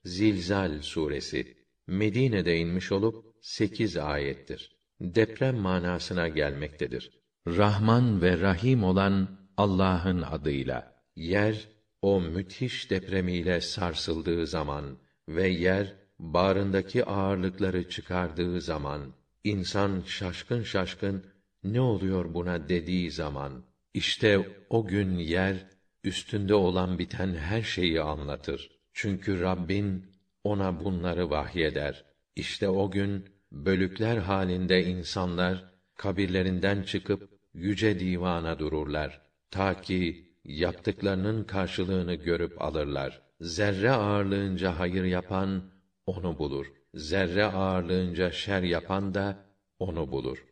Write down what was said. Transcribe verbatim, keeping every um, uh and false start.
Zilzal suresi Medine'de inmiş olup sekiz ayettir. Deprem manasına gelmektedir. Rahman ve Rahim olan Allah'ın adıyla. Yer o müthiş depremiyle sarsıldığı zaman ve yer bağrındaki ağırlıkları çıkardığı zaman, insan şaşkın şaşkın ne oluyor buna dediği zaman, işte o gün yer üstünde olan biten her şeyi anlatır. Çünkü Rabbin ona bunları vahyeder. İşte o gün bölükler halinde insanlar kabirlerinden çıkıp yüce divana dururlar. Ta ki yaptıklarının karşılığını görüp alırlar. Zerre ağırlığınca hayır yapan onu bulur. Zerre ağırlığınca şer yapan da onu bulur.